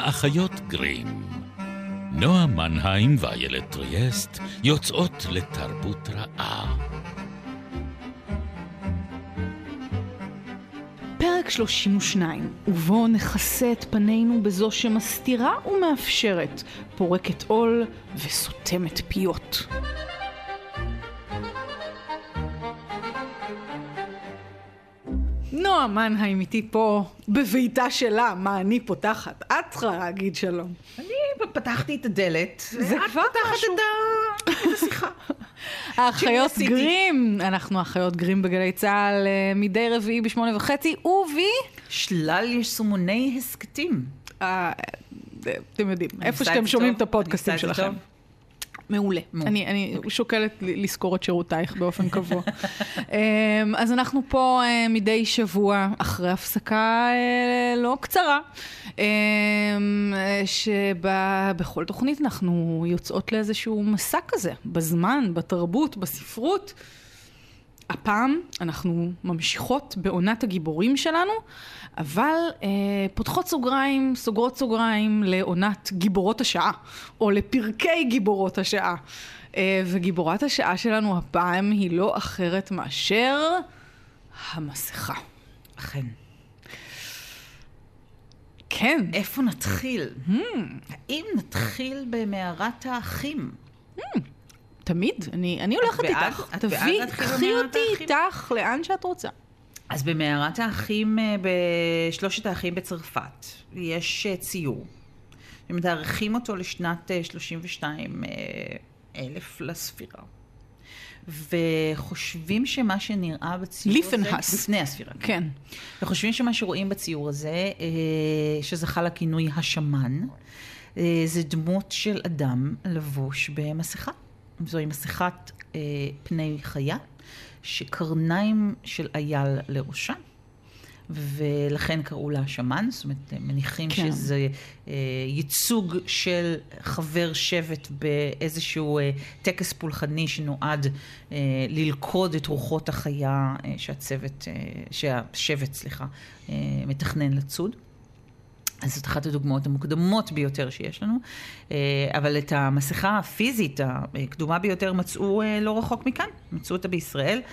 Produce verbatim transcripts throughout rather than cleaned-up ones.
האחיות גרים. נועה מנהיים ואיילת טריאסט יוצאות לתרבות רעה. פרק שלושים ושתיים, ובו נכסה את פנינו בזו שמסתירה ומאפשרת, פורקת עול וסותמת פיות. נועה מנהיים איתי פה בביתה שלה, מה אני פותחת? את צריכה להגיד שלום. אני פתחתי את הדלת, זה כבר משהו. את השיחה. האחיות גרים, אנחנו האחיות גרים בגלי צהל מדי רביעי בשמונה וחצי, ובי שלל יישומוני הסקטים. אתם יודעים, איפה שאתם שומעים את הפודקאסטים שלכם. מעולה. אני, אני שוקלת לזכור את שירותייך באופן קבוע. אז אנחנו פה מדי שבוע אחרי הפסקה לא קצרה, שבכל תוכנית אנחנו יוצאות לאיזשהו מסע כזה, בזמן, בתרבות, בספרות. הפעם אנחנו ממשיכות בעונת הגיבורים שלנו, אבל אה, פותחות סוגריים, סוגרות סוגריים לעונת גיבורות השעה, או לפרקי גיבורות השעה. אה, וגיבורת השעה שלנו הפעם היא לא אחרת מאשר המסכה. אכן. כן. איפה נתחיל? Hmm. האם נתחיל במערת האחים? Hmm. תמיד, אני, אני הולכת איתך. תביא, קחי אותי איתך לאן שאת רוצה. אז במערת האחים, בשלושת האחים בצרפת, יש ציור. ומתארכים אותו לשנת שלושים ושתיים אלף לספירה. וחושבים שמה שנראה בציור הזה... ליפנהס. לפני הספירה. כן. וחושבים שמה שרואים בציור הזה, שזכה לכינוי השמן, זה דמות של אדם לבוש במסכה. זוהי מסכת אה, פני חיה, שקרניים של אייל לראשה, ולכן קראו לה שמן, זאת אומרת, מניחים כן. שזה אה, ייצוג של חבר שבט באיזשהו אה, טקס פולחני שנועד אה, ללכוד את רוחות החיה אה, שהצוות, אה, שהשבט, סליחה, אה, מתכנן לצוד. אז זאת אחת הדוגמאות המוקדמות ביותר שיש לנו, אבל את המסכה הפיזית הקדומה ביותר מצאו לא רחוק מכאן, מצאו אותה בישראל,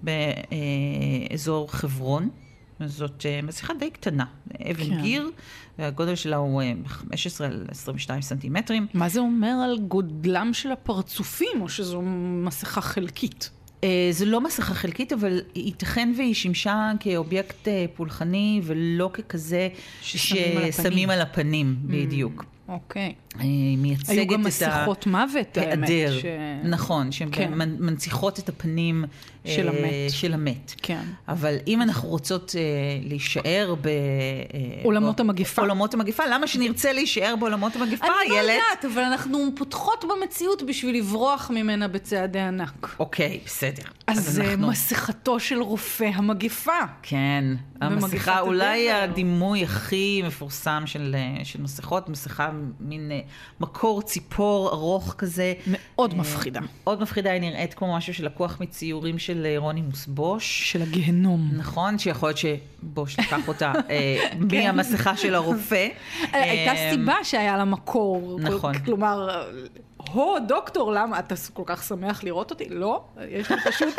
באזור חברון, זאת מסכה די קטנה, אבן כן. גיר, והגודל שלה הוא חמש עשרה עד עשרים ושתיים סנטימטרים. מה זה אומר על גודלם של הפרצופים, או שזו מסכה חלקית? זה לא מסכה חלקית, אבל ייתכן והיא שימשה כאובייקט פולחני, ולא ככזה ששמים על הפנים, בדיוק. אוקיי. מייצגת את היו גם מסכות מוות, האמת. נכון, שהן מנציחות את הפנים של המת. של המת. כן. אבל אם אנחנו רוצות להישאר ב... עולמות המגיפה. עולמות המגיפה, למה שנרצה להישאר בעולמות המגיפה, ילד? אני לא יודעת, אבל אנחנו פותחות במציאות בשביל לברוח ממנה בצעדי ענק. אוקיי, בסדר. אז מסכתו של רופא המגיפה. כן. המסכה, אולי הדימוי הכי מפורסם של מסכות, מסכה מין מקור ציפור ארוך כזה. מאוד מפחידה. מאוד מפחידה, היא נראית כמו משהו שלקוח מציורים של רונימוס בוש. של הגהנום. נכון, שיכול להיות שבוש לקח אותה מהמסכה של הרופא. הייתה סיבה שהיה לה מקור. נכון. כלומר, הו, דוקטור, למה? אתה כל כך שמח לראות אותי? לא, יש לי פשוט...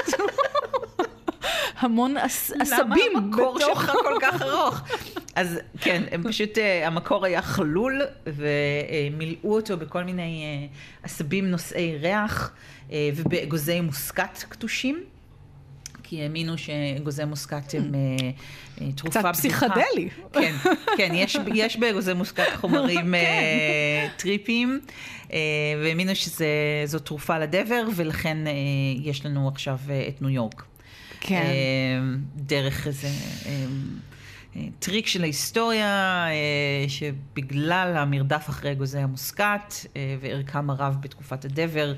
המון עשבים. למה המקור שלך כל כך ארוך? אז כן, הם פשוט, המקור היה חלול, ומילאו אותו בכל מיני עשבים נושאי ריח, ובאגוזי מוסקת קטושים, כי האמינו שאגוזי מוסקת הם תרופה קצת פסיכדלי. כן, כן, יש, יש באגוזי מוסקת חומרים טריפיים, והאמינו שזו תרופה לדבר, ולכן יש לנו עכשיו את ניו יורק. כן. דרך איזה טריק של ההיסטוריה, שבגלל המרדף אחרי אגוזי המוסקת, וערכם הרב בתקופת הדבר,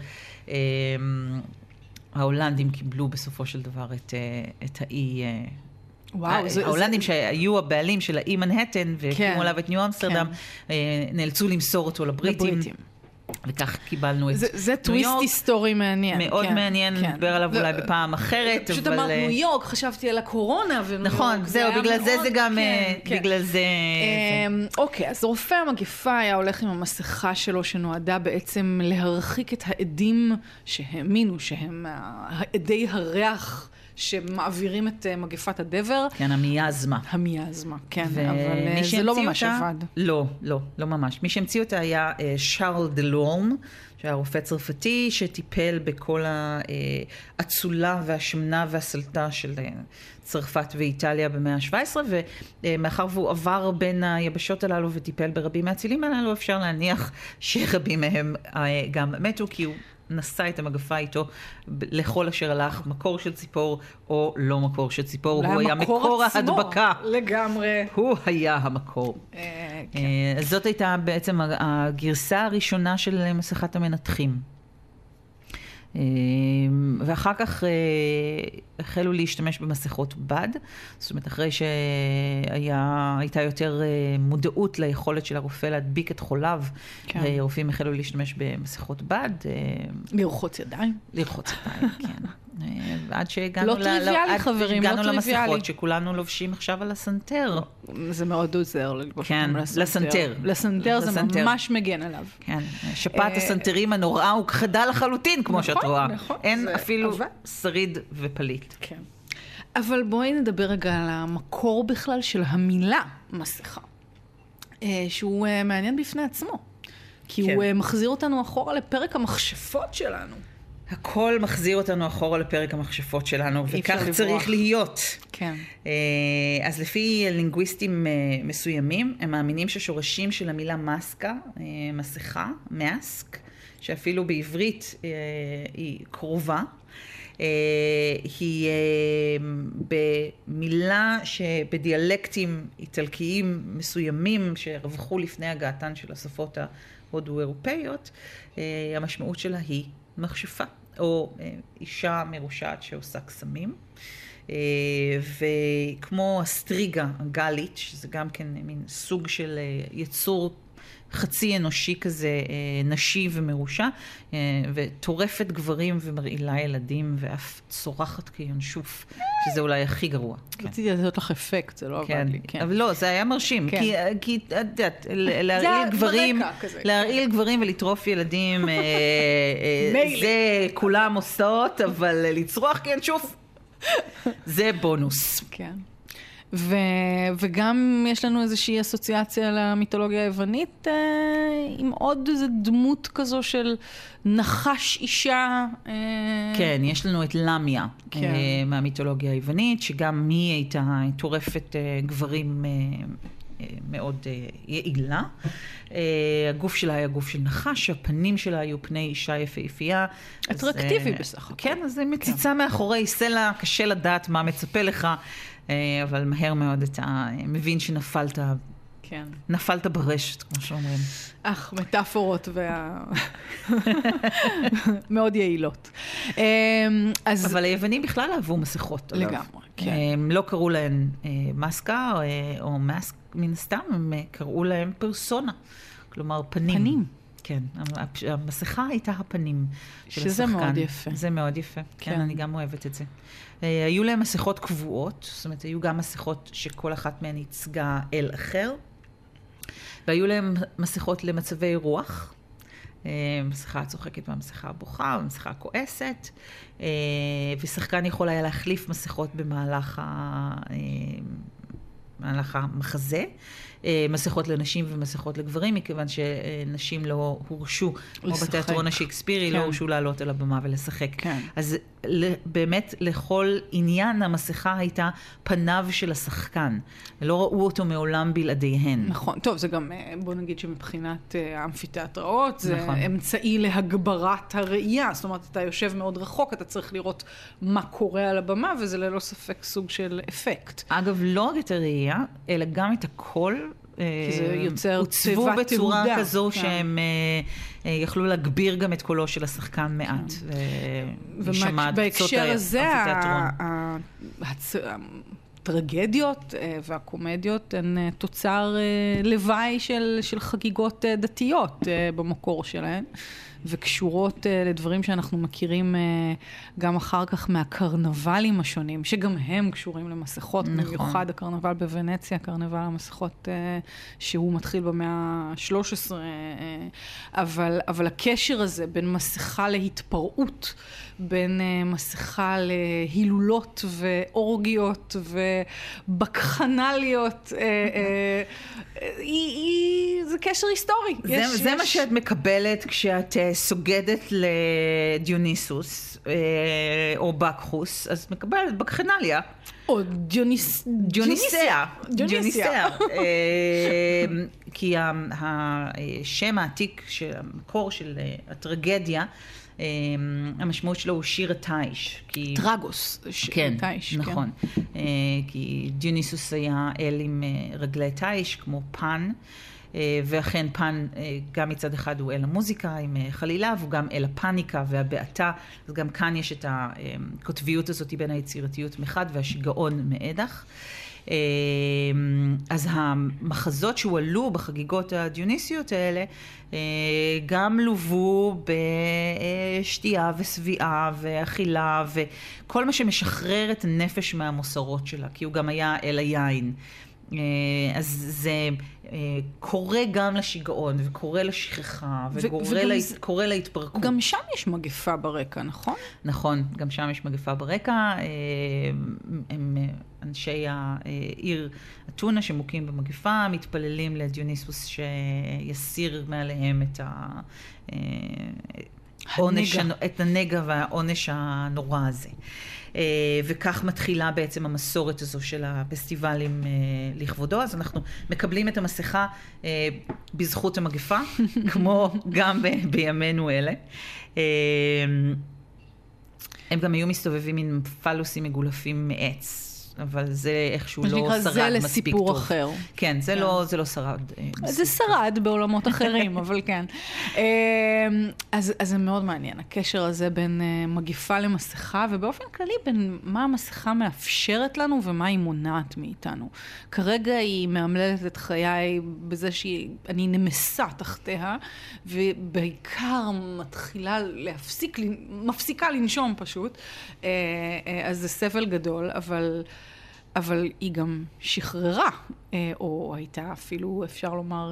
ההולנדים קיבלו בסופו של דבר את, את האי... וואו, ההולנדים זה... שהיו הבעלים של האי מנהטן, והקימו עליו את ניו אמסטרדם, כן. נאלצו למסור אותו לבריטים. לבריטים. וכך קיבלנו את זה, זה טוויסט היסטורי מעניין. מאוד כן, מעניין, כן. נדבר עליו אולי בפעם אחרת. פשוט אבל... אמרת ניו יורק, חשבתי על הקורונה. נכון, זהו, בגלל זה זה גם, כן, בגלל כן. זה... אוקיי, אז רופא המגפה היה הולך עם המסכה שלו, שנועדה בעצם להרחיק את העדים שהאמינו שהם עדי הריח שמעבירים את מגפת הדבר. כן, המיאזמה. המיאזמה, כן, אבל זה לא ממש עבד. לא, לא, לא ממש. מי שהמציא אותה היה שרל דלורן, שהיה רופא צרפתי שטיפל בכל האצולה והשמנה והסלטה של צרפת ואיטליה במאה ה-שבע עשרה, ומאחר והוא עבר בין היבשות הללו וטיפל ברבים מהצילים הללו, אפשר להניח שרבים מהם גם מתו, כי הוא נשא את המגפה איתו לכל אשר הלך, מקור של ציפור או לא מקור של ציפור, הוא היה מקור ההדבקה. לגמרי. הוא היה המקור. זאת הייתה בעצם הגרסה הראשונה של מסכת המנתחים. ואחר כך החלו להשתמש במסכות בד, זאת אומרת אחרי שהייתה יותר מודעות ליכולת של הרופא להדביק את חוליו, רופאים החלו להשתמש במסכות בד. לרחוץ ידיים. לרחוץ ידיים, כן. עד שהגענו לא טריוויאלי, חברים, לא טריוויאלי. למסכות שכולנו לובשים עכשיו על הסנטר. זה מאוד עוזר ללבוש כן, לסנטר. לסנטר זה ממש מגן עליו. כן, שפעת הסנטרים הנוראה הוא כחדה לחלוטין, כמו שאת רואה. אין אפילו שריד ופליט. כן. אבל בואי נדבר רגע על המקור בכלל של המילה מסכה, שהוא מעניין בפני עצמו. כי הוא מחזיר אותנו אחורה לפרק המכשפות שלנו. הכל מחזיר אותנו אחורה לפרק המכשפות שלנו, וכך צריך להיות. כן. אז לפי לינגוויסטים מסוימים, הם מאמינים ששורשים של המילה מסקה, מסכה, מאסק, שאפילו בעברית היא קרובה, היא במילה שבדיאלקטים איטלקיים מסוימים שרווחו לפני הגעתן של השפות ההודו-אירופאיות, המשמעות שלה היא מכשפה, או אישה מרושעת שעושה קסמים. וכמו הסטריגה הגלית, שזה גם כן מין סוג של יצור חצי אנושי כזה, נשי ומרושע, וטורפת גברים ומרעילה ילדים, ואף צורחת כינשוף, שזה אולי הכי גרוע. רציתי לתת לך אפקט, זה לא עבד לי. אבל לא, זה היה מרשים, כי את יודעת, להרעיל גברים, להרעיל גברים ולטרוף ילדים, זה כולם עושות, אבל לצרוח כינשוף, זה בונוס. כן. ו... וגם יש לנו איזושהי אסוציאציה למיתולוגיה היוונית, אה, עם עוד איזו דמות כזו של נחש אישה. אה... כן, יש לנו את למיה, כן. אה, מהמיתולוגיה היוונית, שגם היא הייתה טורפת אה, גברים אה, אה, מאוד אה, יעילה. אה, הגוף שלה היה גוף של נחש, הפנים שלה היו פני אישה יפהפייה. אטרקטיבי אז, בסך הכל. כן, אז זה מציצה כן. מאחורי סלע, קשה לדעת מה מצפה לך. אבל מהר מאוד אתה מבין שנפלת, כן. נפלת ברשת, כמו שאומרים. אך, מטאפורות וה... מאוד יעילות. אז... אבל היוונים בכלל אהבו מסכות. לגמרי, כן. הם לא קראו להן מסקה או מסק מן סתם, הם קראו להן פרסונה. כלומר, פנים. פנים. כן, המסכה הייתה הפנים של השחקן. שזה מאוד יפה. זה מאוד יפה, כן, כן, אני גם אוהבת את זה. היו להם מסכות קבועות, זאת אומרת, היו גם מסכות שכל אחת מהן ייצגה אל אחר, והיו להם מסכות למצבי רוח, מסכה הצוחקת והמסכה הבוכה, ומסכה כועסת, ושחקן יכול היה להחליף מסכות במהלך ה... מהלך המחזה, מסכות לנשים ומסכות לגברים, מכיוון שנשים לא הורשו, כמו בתיאטרון השייקספירי, לא הורשו לעלות על הבמה ולשחק. אז באמת לכל עניין המסכה הייתה פניו של השחקן. לא ראו אותו מעולם בלעדיהן. נכון, טוב, זה גם, בוא נגיד שמבחינת האמפיתיאטראות, זה אמצעי להגברת הראייה. זאת אומרת, אתה יושב מאוד רחוק, אתה צריך לראות מה קורה על הבמה, וזה ללא ספק סוג של אפקט. אגב, לא רק את הראייה, אלא גם את הקול, כי זה יוצר הוצבו בצורה כזו שהם יכלו להגביר גם את קולו של השחקן מעט. ובהקשר הזה, הטרגדיות והקומדיות הן תוצר לוואי של, של חגיגות דתיות במקור שלהן, וקשורות לדברים שאנחנו מכירים גם אחר כך מהקרנבלים השונים, שגם הם קשורים למסכות, נכון. במיוחד הקרנבל בוונציה, קרנבל המסכות שהוא מתחיל במאה ה-שלוש עשרה, אבל, אבל הקשר הזה בין מסכה להתפרעות, בין מסכה להילולות ואורגיות ובקחנליות, זה קשר היסטורי. זה מה שאת מקבלת כשאת סוגדת לדיוניסוס או בקחוס, אז מקבלת בקחנליה. או דיוניסיה. דיוניסיה. כי השם העתיק, המקור של הטרגדיה, המשמעות שלו הוא שיר התיש. טרגוס. כן, נכון. כי דיוניסוס היה אל עם רגלי תיש, כמו פן, ואכן פן גם מצד אחד הוא אל המוזיקה עם חלילה, והוא גם אל הפאניקה והבעתה, אז גם כאן יש את הכותביות הזאת בין היצירתיות מחד והשיגעון מאידך. אז המחזות שהועלו בחגיגות הדיוניסיות האלה גם לובו בשתייה וסביעה ואכילה וכל מה שמשחרר את הנפש מהמוסרות שלה, כי הוא גם היה אל היין. אז זה קורא גם לשיגעון וקורא לשכחה וקורא להתפרקות. גם שם יש מגפה ברקע, נכון? נכון, גם שם יש מגפה ברקע. הם אנשי העיר אתונה שמוקים במגפה, מתפללים לדיוניסוס שיסיר מעליהם את העונש, את הנגע והעונש הנורא הזה. וכך מתחילה בעצם המסורת הזו של הפסטיבלים לכבודו. אז אנחנו מקבלים את המסכה בזכות המגפה, כמו גם בימינו אלה. הם גם היו מסתובבים עם פלוסים מגולפים מעץ, אבל זה איכשהו לא שרד מספיק טוב. זה לסיפור אחר. כן, זה לא, זה לא שרד. זה שרד בעולמות אחרים, אבל כן. אז, אז זה מאוד מעניין, הקשר הזה בין מגיפה למסכה, ובאופן כללי בין מה המסכה מאפשרת לנו ומה היא מונעת מאיתנו. כרגע היא מאמללת את חיי בזה שאני נמסה תחתיה, ובעיקר מתחילה להפסיק, מפסיקה לנשום פשוט. אז זה סבל גדול, אבל... אבל היא גם שחררה, או הייתה אפילו, אפשר לומר,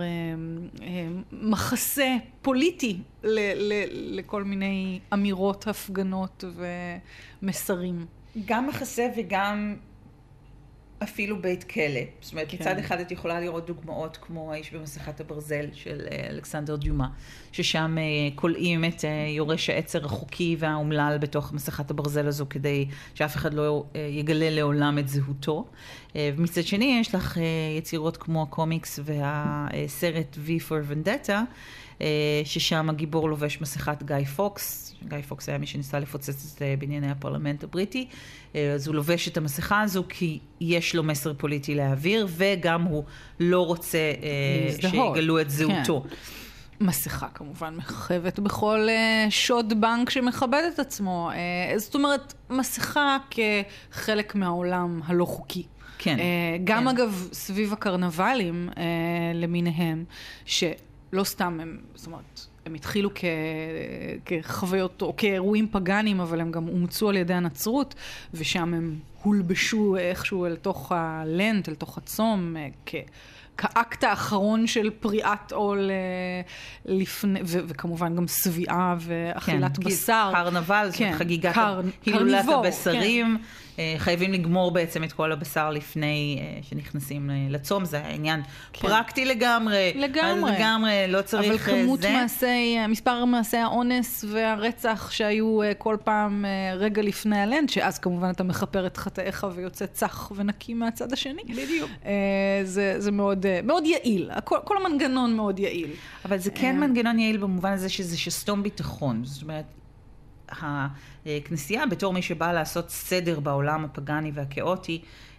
מחסה פוליטי לכל מיני אמירות, הפגנות ומסרים. גם מחסה וגם אפילו בית כלא. זאת אומרת, כן. מצד אחד את יכולה לראות דוגמאות כמו האיש במסכת הברזל של אלכסנדר דיומה, ששם קולעים את יורש העצר החוקי והאומלל בתוך מסכת הברזל הזו, כדי שאף אחד לא יגלה לעולם את זהותו. ומצד שני יש לך יצירות כמו הקומיקס והסרט V for Vendetta, ששם הגיבור לובש מסכת גיא פוקס. גיא פוקס היה מי שניסה לפוצץ את בנייני הפרלמנט הבריטי, אז הוא לובש את המסכה הזו כי יש לו מסר פוליטי להעביר, וגם הוא לא רוצה שיגלו את זהותו. כן. מסכה כמובן מככבת בכל שוד בנק שמכבד את עצמו. זאת אומרת, מסכה כחלק מהעולם הלא חוקי. כן. גם כן. אגב סביב הקרנבלים למיניהם, שלא סתם הם, זאת אומרת, הם התחילו כ... כחוויות או כאירועים פגאנים, אבל הם גם אומצו על ידי הנצרות, ושם הם הולבשו איכשהו אל תוך הלנט, אל תוך הצום, כ... כאקט האחרון של פריעת עול לפני, ו- וכמובן גם סביעה ואכילת כן, בשר. קרנבל, כן, חגיגת קר, הילולת הבשרים. כן. חייבים לגמור בעצם את כל הבשר לפני שנכנסים לצום. זה העניין כן. פרקטי לגמרי. לגמרי. לגמרי, לא צריך אבל כמות זה. מעשי, מספר מעשי האונס והרצח שהיו כל פעם רגע לפני הלנד, שאז כמובן אתה מחפר את חטאיך ויוצא צח ונקי מהצד השני. בדיוק. זה, זה מאוד, מאוד יעיל. כל, כל המנגנון מאוד יעיל. אבל זה כן מנגנון יעיל במובן הזה שזה שסתום ביטחון. זאת אומרת, הכנסייה בתור מי שבאה לעשות סדר בעולם הפגני והכאוטי,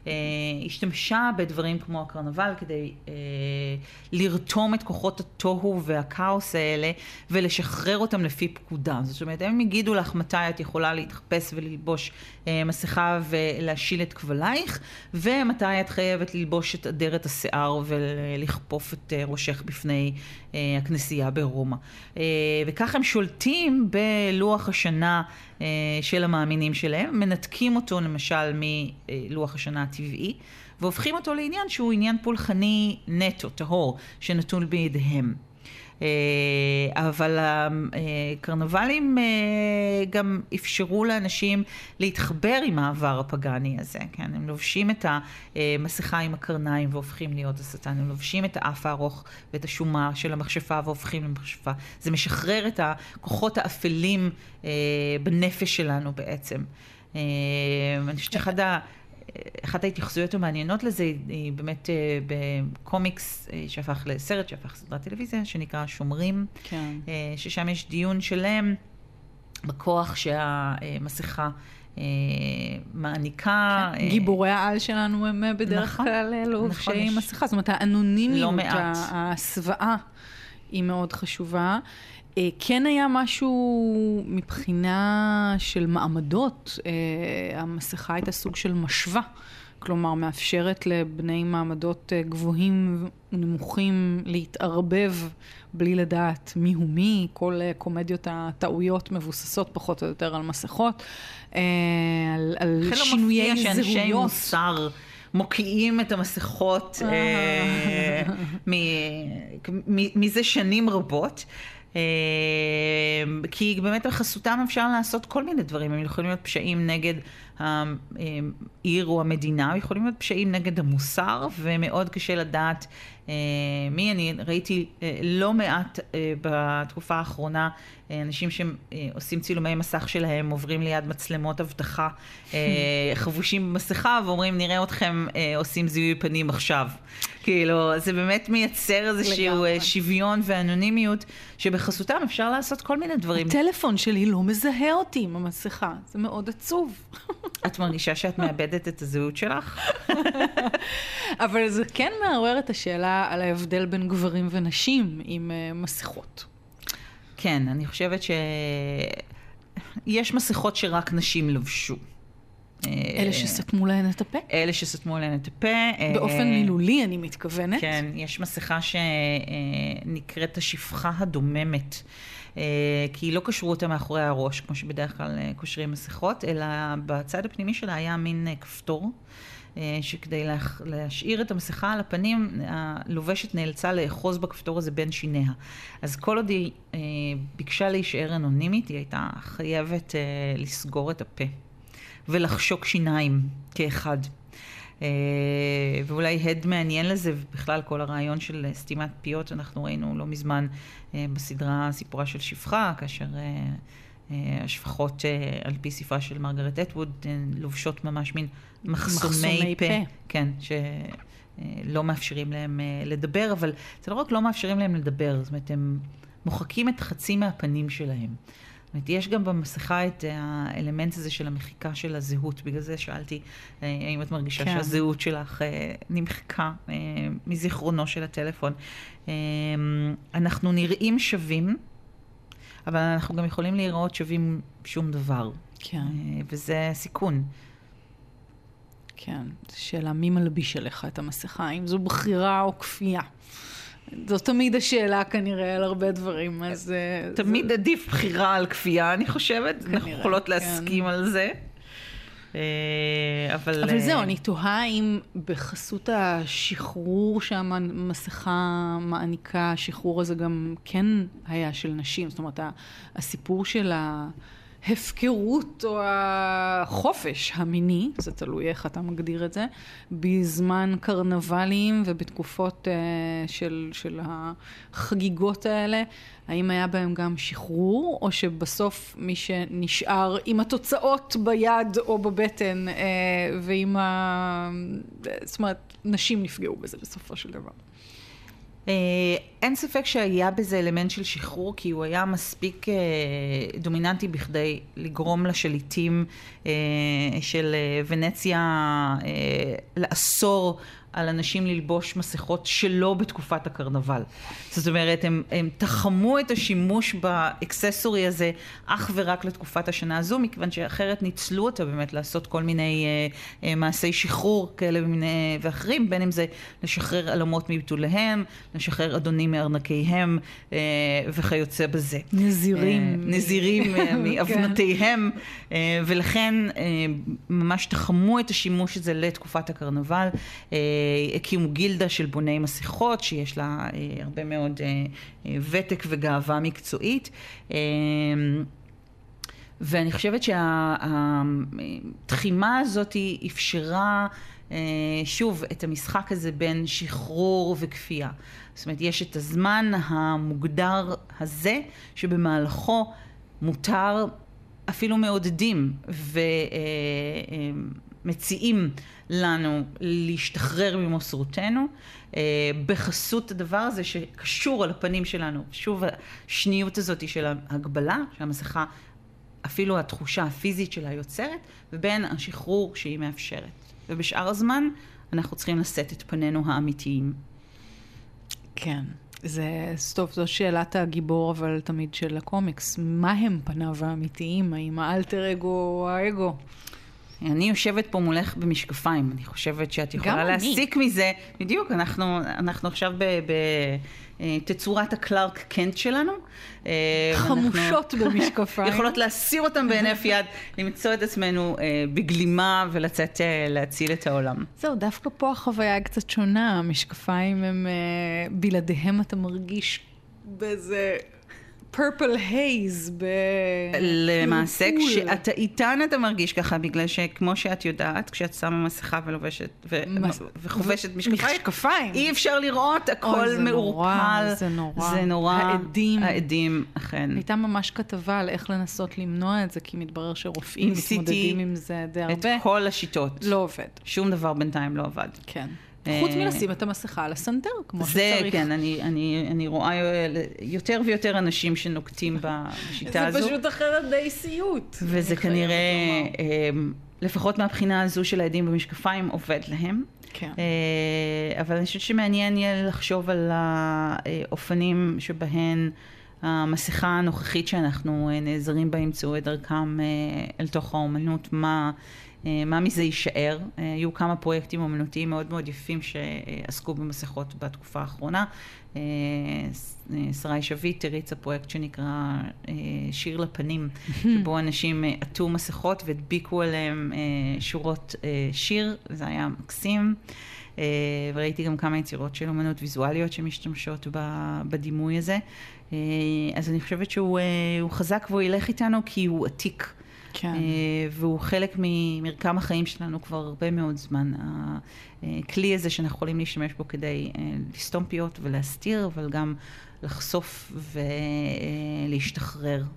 השתמשה בדברים כמו הקרנבל כדי לרתום את כוחות התוהו והכאוס האלה ולשחרר אותם לפי פקודה. זאת אומרת, הם יגידו לך מתי את יכולה להתחפש וללבוש מסכה ולהשיל את כבלייך, ומתי את חייבת ללבוש את אדרת השיער ולכפוף את ראשך בפני הכנסייה ברומא. וכך הם שולטים בלוח השנה של המאמינים שלהם, מנתקים אותו למשל מלוח השנה הטבעי, והופכים אותו לעניין שהוא עניין פולחני נטו, טהור, שנתון בידיהם. אבל הקרנבלים גם אפשרו לאנשים להתחבר עם העבר הפגני הזה, כן? הם לובשים את המסכה עם הקרניים והופכים להיות השטן, הם לובשים את האף הארוך ואת השומה של המכשפה והופכים למכשפה. זה משחרר את הכוחות האפלים בנפש שלנו בעצם. אני חושבת שאחד ה... אחת ההתייחסויות המעניינות לזה היא באמת בקומיקס שהפך לסרט, שהפך לסדרת טלוויזיה, שנקרא שומרים, כן. ששם יש דיון שלם בכוח שהמסכה מעניקה. כן. גיבורי העל שלנו הם בדרך נכון, כלל לובשי נכון, מסכה, זאת אומרת האנונימיות, לא הסוואה היא מאוד חשובה. כן היה משהו מבחינה של מעמדות, המסכה הייתה סוג של משווה, כלומר מאפשרת לבני מעמדות גבוהים ונמוכים להתערבב בלי לדעת מי הוא מי, כל קומדיות הטעויות מבוססות פחות או יותר על מסכות, על, על שינויי זהויות. שאנשי מוסר מוקיעים את המסכות מזה שנים רבות, כי באמת בחסותם אפשר לעשות כל מיני דברים. הם יכולים להיות פשעים נגד העיר או המדינה, יכולים להיות פשעים נגד המוסר, ומאוד קשה לדעת מי. אני ראיתי לא מעט בתקופה האחרונה אנשים שעושים צילומי מסך שלהם, עוברים ליד מצלמות אבטחה, חבושים במסכה ואומרים נראה אתכם עושים זיהוי פנים עכשיו. כאילו זה באמת מייצר איזשהו שוויון ואנונימיות שבחסותם אפשר לעשות כל מיני דברים. הטלפון שלי לא מזהה אותי עם המסכה, זה מאוד עצוב. את מרגישה שאת מאבדת את הזהות שלך? אבל זה כן מעורר את השאלה על ההבדל בין גברים ונשים עם מסכות. כן, אני חושבת שיש מסכות שרק נשים לבשו. אלה שסתמו להן את הפה? אלה שסתמו להן את הפה. באופן מילולי אני מתכוונת. כן, יש מסכה שנקראת השפחה הדוממת, כי היא לא קשרו אותה מאחורי הראש, כמו שבדרך כלל קושרים מסכות, אלא בצד הפנימי שלה היה מין כפתור, שכדי להשאיר את המסכה על הפנים, הלובשת נאלצה לאחוז בכפתור הזה בין שיניה. אז כל עוד היא ביקשה להישאר אנונימית, היא הייתה חייבת לסגור את הפה ולחשוק שיניים כאחד. ואולי הד מעניין לזה, ובכלל כל הרעיון של סתימת פיות, אנחנו ראינו לא מזמן בסדרה סיפורה של שפחה, כאשר השפחות על פי ספרה של מרגרט אטווד לובשות ממש מין מחסומי, מחסומי פה, פה. כן, שלא מאפשרים להם לדבר, אבל זה לא רק לא מאפשרים להם לדבר, זאת אומרת, הם מוחקים את חצי מהפנים שלהם. זאת אומרת, יש גם במסכה את האלמנט הזה של המחיקה של הזהות, בגלל זה שאלתי האם את מרגישה כן. שהזהות שלך נמחקה מזיכרונו של הטלפון. אנחנו נראים שווים, אבל אנחנו גם יכולים להיראות שווים שום דבר. כן. וזה סיכון. כן, זו שאלה, מי מלביש עליך את המסכה? האם זו בחירה או כפייה? זו תמיד השאלה כנראה על הרבה דברים, אז... תמיד עדיף בחירה על כפייה, אני חושבת. אנחנו יכולות להסכים על זה. אבל... אבל זהו, אני תוהה אם בחסות השחרור שהמסכה מעניקה, השחרור הזה גם כן היה של נשים. זאת אומרת, הסיפור של ההפקרות או החופש המיני, זה תלוי איך אתה מגדיר את זה, בזמן קרנבלים ובתקופות של, של החגיגות האלה, האם היה בהם גם שחרור, או שבסוף מי שנשאר עם התוצאות ביד או בבטן, ועם ה... זאת אומרת, נשים נפגעו בזה בסופו של דבר. אין ספק שהיה בזה אלמנט של שחרור, כי הוא היה מספיק דומיננטי בכדי לגרום לשליטים של ונציה לאסור על אנשים ללבוש מסכות שלא בתקופת הקרנבל. זאת אומרת, הם, הם תחמו את השימוש באקססורי הזה אך ורק לתקופת השנה הזו, מכיוון שאחרת ניצלו אותה באמת לעשות כל מיני אה, אה, מעשי שחרור כאלה ומיני, ואחרים, בין אם זה לשחרר עלמות מבתוליהם, לשחרר אדונים מארנקיהם אה, וכיוצא בזה. נזירים. אה, נזירים אה, מאבנתיהם, אה, ולכן אה, ממש תחמו את השימוש הזה לתקופת הקרנבל. אה, הקימו גילדה של בוני מסכות, שיש לה אה, הרבה מאוד אה, אה, ותק וגאווה מקצועית. אה, ואני חושבת שהתחימה הזאת היא אפשרה אה, שוב את המשחק הזה בין שחרור וכפייה. זאת אומרת, יש את הזמן המוגדר הזה, שבמהלכו מותר, אפילו מעודדים ומציעים לנו להשתחרר ממוסרותנו, בחסות הדבר הזה שקשור על הפנים שלנו. שוב, השניות הזאת של ההגבלה, שהמסכה, אפילו התחושה הפיזית שלה יוצרת, ובין השחרור שהיא מאפשרת. ובשאר הזמן אנחנו צריכים לשאת את פנינו האמיתיים. כן, זה סטוב, זו שאלת הגיבור, אבל תמיד של הקומיקס. מה הם פניו האמיתיים? האם האלטר אגו או האגו? אני יושבת פה מולך במשקפיים, אני חושבת שאת יכולה להסיק מזה, בדיוק, אנחנו, אנחנו עכשיו בתצורת הקלארק קנט שלנו. חמושות במשקפיים. יכולות להסיר אותם בהינף יד, למצוא את עצמנו בגלימה ולצאת להציל את העולם. זהו, דווקא פה החוויה היא קצת שונה, המשקפיים הם, בלעדיהם אתה מרגיש באיזה purple haze ב... למעשה, כשאתה איתן אתה מרגיש ככה, בגלל שכמו שאת יודעת, כשאת שמה מסכה ולובשת ו... מס... וחובשת משקפיים, משקפיים, אי אפשר לראות, הכל זה מעורפל. נורא, זה נורא. זה נורא. העדים. העדים, אכן. הייתה ממש כתבה על איך לנסות למנוע את זה, כי מתברר שרופאים מתמודדים עם זה די הרבה. את כל השיטות. לא עובד. שום דבר בינתיים לא עבד. כן. חוץ מלשים את המסכה על הסנטר, כמו זה, שצריך. זה, כן, אני, אני, אני רואה יותר ויותר אנשים שנוקטים בשיטה הזו. זה פשוט אחרת די סיוט. וזה כנראה, לפחות מהבחינה הזו של העדים במשקפיים, עובד להם. כן. אבל אני חושבת שמעניין יהיה לחשוב על האופנים שבהן המסכה הנוכחית שאנחנו נעזרים בה ימצאו את דרכם אל תוך האומנות, מה... מה מזה יישאר. היו כמה פרויקטים אומנותיים מאוד מאוד יפים שעסקו במסכות בתקופה האחרונה. שרי שביט הריצה פרויקט שנקרא שיר לפנים, שבו אנשים עטו מסכות והדביקו עליהם שורות שיר, וזה היה מקסים. וראיתי גם כמה יצירות של אומנות ויזואליות שמשתמשות בדימוי הזה. אז אני חושבת שהוא חזק והוא ילך איתנו כי הוא עתיק. כן. והוא חלק ממרקם החיים שלנו כבר הרבה מאוד זמן. הכלי הזה שאנחנו יכולים להשתמש בו כדי לסתום פיות ולהסתיר, אבל גם לחשוף ולהשתחרר.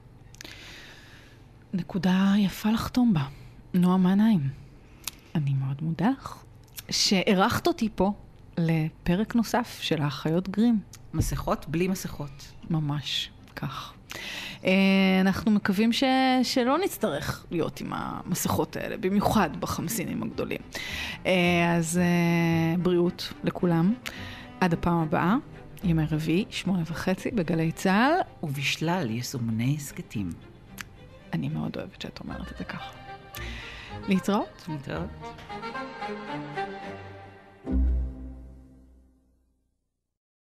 נקודה יפה לחתום בה. נועה מנהיים, אני מאוד מודה לך שערכת אותי פה לפרק נוסף של האחיות גרים. מסכות בלי מסכות. ממש כך. אנחנו מקווים ש... שלא נצטרך להיות עם המסכות האלה, במיוחד בחמסינים הגדולים. אז בריאות לכולם. עד הפעם הבאה, ימי רביעי, שמונה וחצי, בגלי צהל. ובשלל יישומוני הסקטים. אני מאוד אוהבת שאת אומרת את זה ככה. להתראות. להתראות.